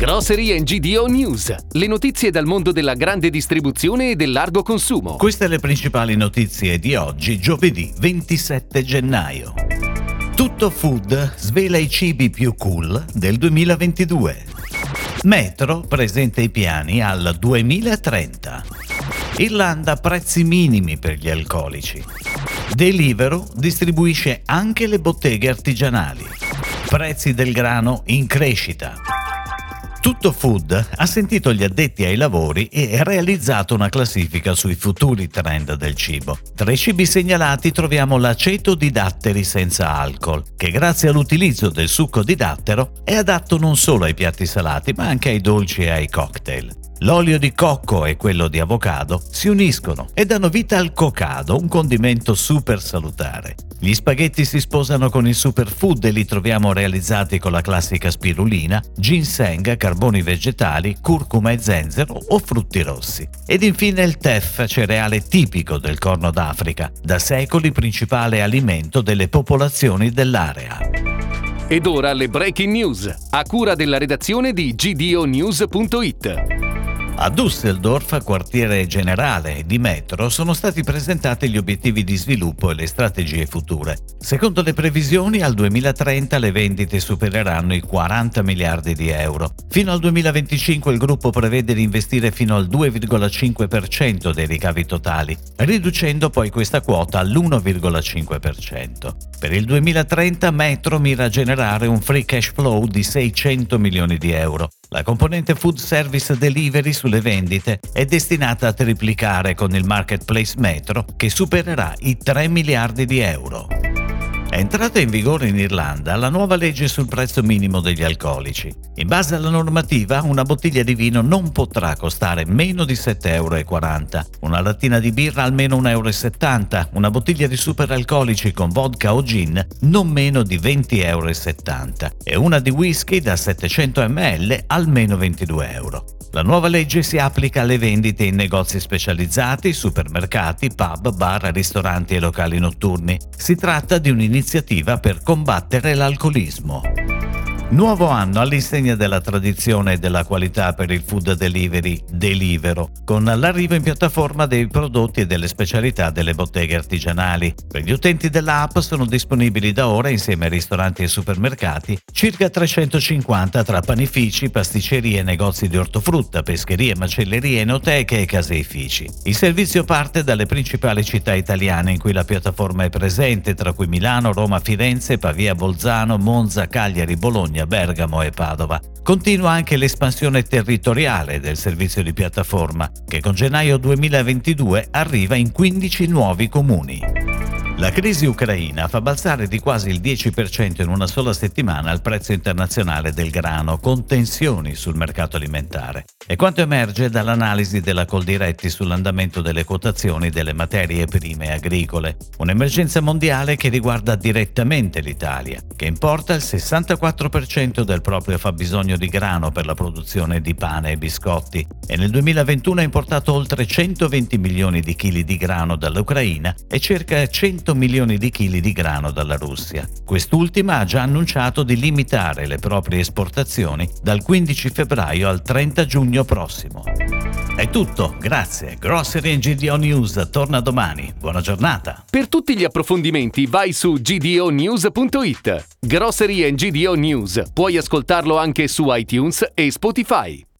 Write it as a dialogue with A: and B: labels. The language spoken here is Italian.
A: Grocery and GDO News, le notizie dal mondo della grande distribuzione e del largo consumo.
B: Queste le principali notizie di oggi, giovedì 27 gennaio. Tutto Food svela i cibi più cool del 2022. Metro presenta i piani al 2030. Irlanda prezzi minimi per gli alcolici. Deliveroo distribuisce anche le botteghe artigianali. Prezzi del grano in crescita. Tutto Food ha sentito gli addetti ai lavori e ha realizzato una classifica sui futuri trend del cibo. Tra i cibi segnalati troviamo l'aceto di datteri senza alcol, che grazie all'utilizzo del succo di dattero è adatto non solo ai piatti salati ma anche ai dolci e ai cocktail. L'olio di cocco e quello di avocado si uniscono e danno vita al cocado, un condimento super salutare. Gli spaghetti si sposano con il superfood e li troviamo realizzati con la classica spirulina, ginseng, carboni vegetali, curcuma e zenzero o frutti rossi. Ed infine il teff, cereale tipico del Corno d'Africa, da secoli principale alimento delle popolazioni dell'area.
A: Ed ora le breaking news, a cura della redazione di gdonews.it.
B: A Düsseldorf, quartiere generale di Metro, sono stati presentati gli obiettivi di sviluppo e le strategie future. Secondo le previsioni, al 2030 le vendite supereranno i 40 miliardi di euro. Fino al 2025 il gruppo prevede di investire fino al 2,5% dei ricavi totali, riducendo poi questa quota all'1,5%. Per il 2030 Metro mira a generare un free cash flow di 600 milioni di euro. La componente food service delivery sulle vendite è destinata a triplicare con il marketplace Metro, che supererà i 3 miliardi di euro. È entrata in vigore in Irlanda la nuova legge sul prezzo minimo degli alcolici. In base alla normativa, una bottiglia di vino non potrà costare meno di 7,40 euro, una lattina di birra almeno 1,70 euro, una bottiglia di superalcolici con vodka o gin non meno di 20,70 euro e una di whisky da 700 ml almeno 22 euro. La nuova legge si applica alle vendite in negozi specializzati, supermercati, pub, bar, ristoranti e locali notturni. Si tratta di un'iniziativa per combattere l'alcolismo. Nuovo anno all'insegna della tradizione e della qualità per il food delivery Deliveroo, con l'arrivo in piattaforma dei prodotti e delle specialità delle botteghe artigianali. Per gli utenti dell'app sono disponibili da ora, insieme a ristoranti e supermercati, circa 350 tra panifici, pasticcerie, negozi di ortofrutta, pescherie, macellerie, enoteche e caseifici. Il servizio parte dalle principali città italiane in cui la piattaforma è presente, tra cui Milano, Roma, Firenze, Pavia, Bolzano, Monza, Cagliari, Bologna, Bergamo e Padova. Continua anche l'espansione territoriale del servizio di piattaforma, che con gennaio 2022 arriva in 15 nuovi comuni. La crisi ucraina fa balzare di quasi il 10% in una sola settimana il prezzo internazionale del grano, con tensioni sul mercato alimentare. E quanto emerge dall'analisi della Coldiretti sull'andamento delle quotazioni delle materie prime agricole. Un'emergenza mondiale che riguarda direttamente l'Italia, che importa il 64% del proprio fabbisogno di grano per la produzione di pane e biscotti, e nel 2021 ha importato oltre 120 milioni di chili di grano dall'Ucraina e circa 100 milioni di chili di grano dalla Russia. Quest'ultima ha già annunciato di limitare le proprie esportazioni dal 15 febbraio al 30 giugno prossimo. È tutto, grazie. Grocery and GDO News torna domani. Buona giornata.
A: Per tutti gli approfondimenti vai su gdonews.it. Grocery and GDO News. Puoi ascoltarlo anche su iTunes e Spotify.